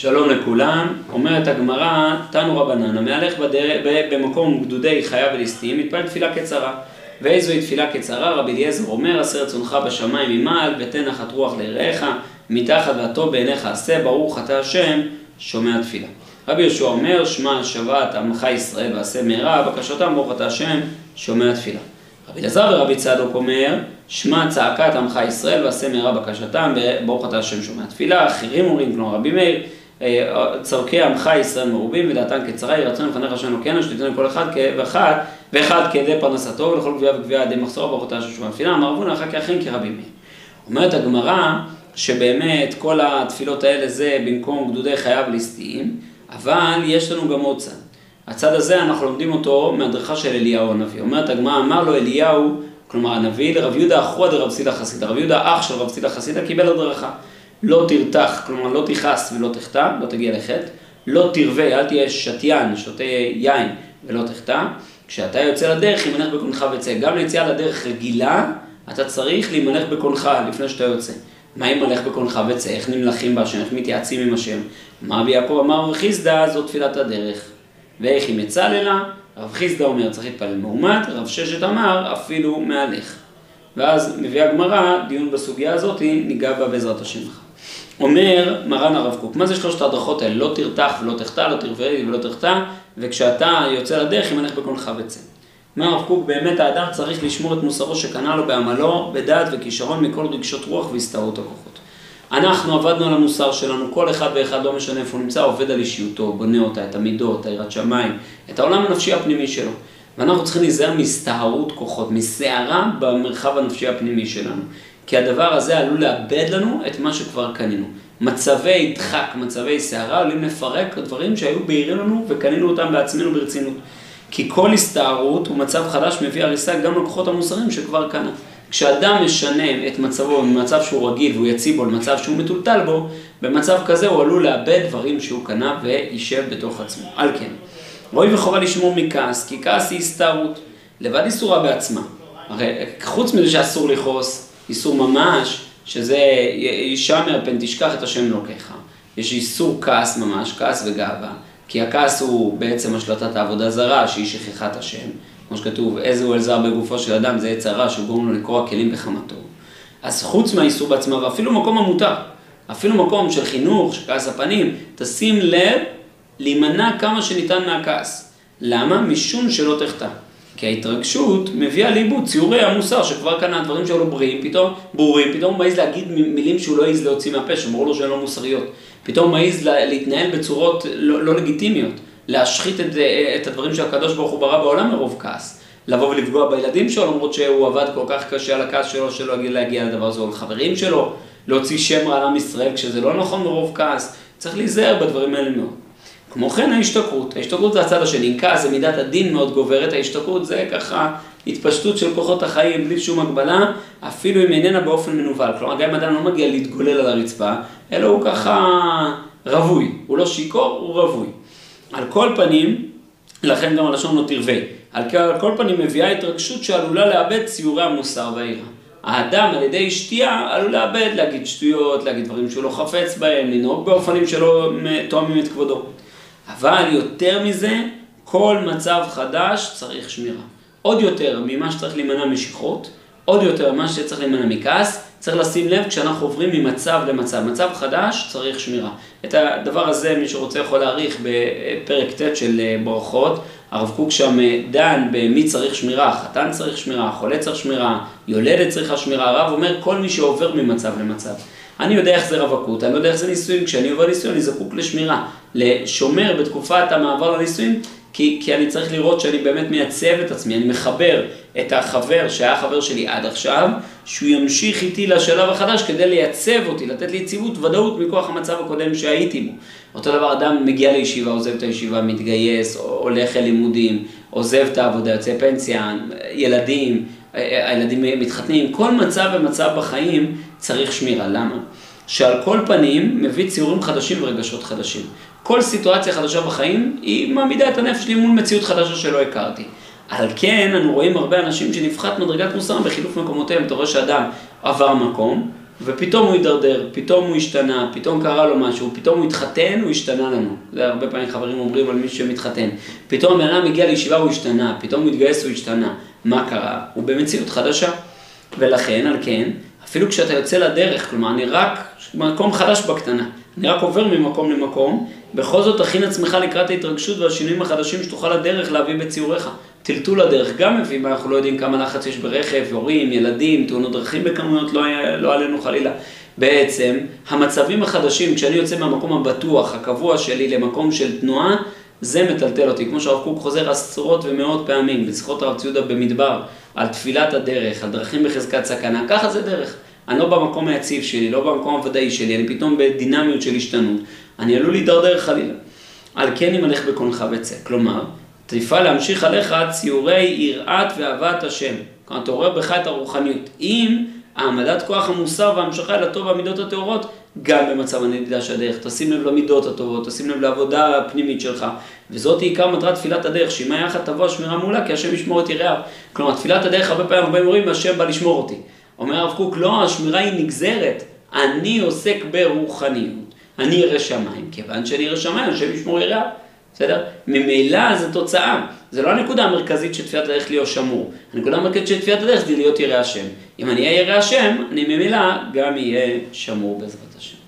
שלום לכולם, אומרת הגמרא, תנו רבנן, המהלך במקום גדודי חיה וליסטים, מתפלל תפילה קצרה. ואיזוהי תפילה קצרה? רבי אליעזר אומר, עשה רצונך בשמיים ממעל, ותן נחת רוח ליראיך, מתחת והטוב בעיניך עשה, ברוך אתה השם, שומע תפילה. רבי יהושע אומר, שמע שבת עמך ישראל ועשה מהרה, בקשותם ברוך אתה השם, שומע תפילה. רבי אלעזר ורבי צדוק אומר, שמע צעקת עמך ישראל ועשה מהרה בקשתם, ברוך אתה השם שומע תפילה. אחרים אומרים, כמו רבי מאיר, צורכי עמך ישראל מרובים ודעתן קצרה, יהי רצון לפניך השם אלוקינו, שתיתן לכל אחד ואחד כדי פרנסתו ולכל גבייה וגבייה עדי מחסור, ברוך אתה השם שומע תפילה. אמר רב הונא אחר כאחים כרבי מאיר. אומרת הגמרא שבאמת כל התפילות האלה זה במקום גדודי חיה וליסטים, אבל יש לנו גם עוד צד. הצד הזה אנחנו לומדים אותו מהדרכה של אליהו הנביא. אומרת הגמרא, אמר לו אליהו, כלומר הנביא, לרב יהודה אחרא דרב סילא חסידא. רב יהודה אח של רב סילא חסידא קיבל הדרכה. לא תרתח, כלומר לא תכעס ולא תחטא, לא תגיע לחטא. לא תרווה, אל תהיה שתיין, שותה יין ולא תחטא. כשאתה יוצא לדרך, ימנך בקונך וצא. גם ליציאה לדרך רגילה, אתה צריך להימנך בקונך לפני שאתה יוצא. מה ימנך בקונך וצא? איך נמלכים בהשם? איך מתייעצים עם השם? מה רבי יעקב אמר? רב חיסדא, זאת תפילת הדרך. ואיך היא מצללה? רב חיסדא אומר צריך להתפלל מאומת, רב ששת אמר אפילו מהלך. ואז מביא הגמרא, דיון בסוגיה הזאת, ניגע בה בעזרת השם. אומר מרן הרב קוק, מה זה שלושת ההדרכות האלה? לא תרתח ולא תחטא, לא תרווה ולא תחטא, וכשאתה יוצא לדרך ימנך בקונך וצא. אומר הרב קוק, באמת האדם צריך לשמור את מוסרו שקנה לו בעמלו, בדעת וכישרון מכל רגשות רוח והסתערות הכוחות. אנחנו עבדנו על המוסר שלנו, כל אחד ואחד לא משנה איפה הוא נמצא, עובד על אישיותו, בונה אותה, את המידות, היראת שמיים, את העולם הנפשי הפנימי שלו. ואנחנו צריכים להיזהר מסתערות כוחות, מסערה במרחב הנפשי הפנימי שלנו. כי הדבר הזה עלול לאבד לנו את מה שכבר קנינו. מצבי דחק, מצבי סערה, עלולים לפרק דברים שהיו בהירים לנו וקנינו אותם בעצמנו ברצינות. כי כל הסתערות ומצב חדש מביא הריסה גם לכוחות המוסריים שכבר קנה. כשאדם משנה את מצבו ממצב שהוא רגיל והוא יציב בו למצב שהוא מטולטל בו, במצב כזה הוא עלול לאבד דברים שהוא קנה וישב בתוך עצמו. על כן, רואי וחובה לשמור מכעס, כי כעס היא הסתערות, לבד איסורה בעצמה. הרי חוץ מזה שאסור לכעוס, איסור ממש, שזה ישמר פן תשכח את השם אלוקיך. יש איסור כעס ממש, כעס וגאווה, כי הכעס הוא בעצם השלטת העבודה זרה, שהיא שכחת השם. כמו שכתוב, איזה הוא אלזר בגופו של אדם, זה יצר רע שגורם לו לקרוע כלים בחמתו. אז חוץ מהאיסור בעצמה, ואפילו מקום המותר, אפילו מקום של חינוך, של כעס הפנים, תשים לב להימנע כמה שניתן מהכעס. למה? משום שלא תחטא. כי ההתרגשות מביאה לאיבוד ציורי המוסר שכבר כאן הדברים שלו ברורים, פתאום הוא מעיז להגיד מילים שהוא לא העיז להוציא מהפה, שאמרו לו שהן לא מוסריות. פתאום הוא מעיז להתנהל בצורות לא לגיטימיות, להשחית את הדברים שהקדוש ברוך הוא ברא בעולם מרוב כעס. לבוא ולפגוע בילדים שלו, למרות שהוא עבד כל כך קשה על הכעס שלו, שלא להגיע לדבר הזה, או לחברים שלו, להוציא שם רע על עם ישראל, כשזה לא נכון מרוב כעס. צריך להיזהר בדברים האלה מאוד. כמו כן ההשתכרות. ההשתכרות זה הצד השני. כעס זה מידת הדין מאוד גוברת. ההשתכרות זה ככה התפשטות של כוחות החיים בלי שום הגבלה, אפילו אם איננה באופן מנוול. כלומר, גם אם אדם לא מגיע להתגולל על הרצפה, אלא הוא ככה רווי. הוא לא שיקור, הוא רווי. על כל פנים, לכן גם הלשון לא תרווה. על כל פנים מביאה התרגשות שעלולה לאבד ציורי המוסר והעירה. האדם על ידי שתייה עלול לאבד, להגיד שטויות, להגיד דברים שהוא לא חפץ בהם, לנהוג באופנים שלא תואמים את כבודו. אבל יותר מזה, כל מצב חדש צריך שמירה. עוד יותר ממה שצריך להימנע משכרות, עוד יותר ממה שצריך להימנע מכעס, צריך לשים לב כשאנחנו עוברים ממצב למצב. מצב חדש צריך שמירה. את הדבר הזה מי שרוצה יכול להעריך בפרק ט' של ברכות. הרב קוק שם דן במי צריך שמירה, חתן צריך שמירה, חולה צריך שמירה, יולדת צריכה שמירה. הרב אומר כל מי שעובר ממצב למצב. אני יודע איך זה רווקות, אני לא יודע איך זה נישואים, כשאני עובר נישואים אני זקוק לשמירה, לשומר בתקופת המעבר לנישואים, כי אני צריך לראות שאני באמת מייצב את עצמי, אני מחבר את החבר שהיה חבר שלי עד עכשיו, שהוא ימשיך איתי לשלב החדש כדי לייצב אותי, לתת לי יציבות, ודאות מכוח המצב הקודם שהייתי בו. אותו דבר אדם מגיע לישיבה, עוזב את הישיבה, מתגייס, הולך אל לימודים, עוזב את העבודה, יוצא פנסיה, ילדים, הילדים מתחתנים, כל מצב ומצב בחיים צריך שמירה. למה? שעל כל פנים מביא ציורים חדשים ורגשות חדשים. כל סיטואציה חדשה בחיים היא מעמידה את הנפש לי מול מציאות חדשה שלא הכרתי. על כן, אנו רואים הרבה אנשים שנפחת מדרגת מוסרם בחילוף מקומותיהם. אתה רואה שאדם עבר מקום, ופתאום הוא יידרדר, פתאום הוא השתנה, פתאום קרה לו משהו, פתאום הוא התחתן, הוא השתנה לנו. זה הרבה פעמים חברים אומרים על מישהו שמתחתן. פתאום האדם מגיע לישיבה, הוא השתנה, פתאום הוא התגייס, הוא השתנה. מה קרה? הוא במציאות חדשה. ולכן, על כן, אפילו כשאתה יוצא לדרך, כלומר, אני רק מקום חדש בקטנה, אני רק עובר ממקום למקום, בכל זאת תכין עצמך לקראת ההתרגשות והשינויים החדשים שתוכל לדרך להביא בציוריך. טלטול הדרך גם מביא, אנחנו לא יודעים כמה לחץ יש ברכב, הורים, ילדים, תאונות דרכים בכמויות, לא עלינו חלילה. בעצם, המצבים החדשים, כשאני יוצא מהמקום הבטוח, הקבוע שלי, למקום של תנועה, זה מטלטל אותי. כמו שהרב קוק חוזר עשרות ומאות פעמים, בשיחות הרב ציודה במדבר, על תפילת הדרך, על דרכים בחזקת סכנה, ככה זה דרך. אני לא במקום היציב שלי, לא במקום הוודאי שלי, אני פתאום בדינמיות של השתנות. אני עלול להידרדר חלילה. על כן אם הלך בקונך וצא. כלומר, תפעל להמשיך עליך ציורי יראת ואהבת השם. כלומר, אתה רואה בך את הרוחניות. אם העמדת כוח המוסר וההמשכה אל הטוב והמידות הטהורות, גם במצב הנדידה של הדרך. תשים לב למידות הטובות, תשים לב לעבודה הפנימית שלך. וזאת היא עיקר מטרת תפילת הדרך, שעמה יחד תבוא השמירה מעולה, כי השם ישמור את יראיו. כלומר, תפילת הדרך הרבה פעמים אומרים, השם בא לשמור אותי. אומר הרב קוק, לא, השמירה היא נגזרת. אני עוסק ברוחניות. אני ירא שמיים. כיוון שאני ירא שמיים, השם ישמור יראיו. בסדר? ממילא זה תוצאה. זה לא הנקודה המרכזית של תפילת הדרך להיות שמור. הנקודה המרכזית של תפילת הדרך זה להיות ירא השם. אם אני אהיה ירא השם, אני ממילא גם יהיה שמור בעזרת השם.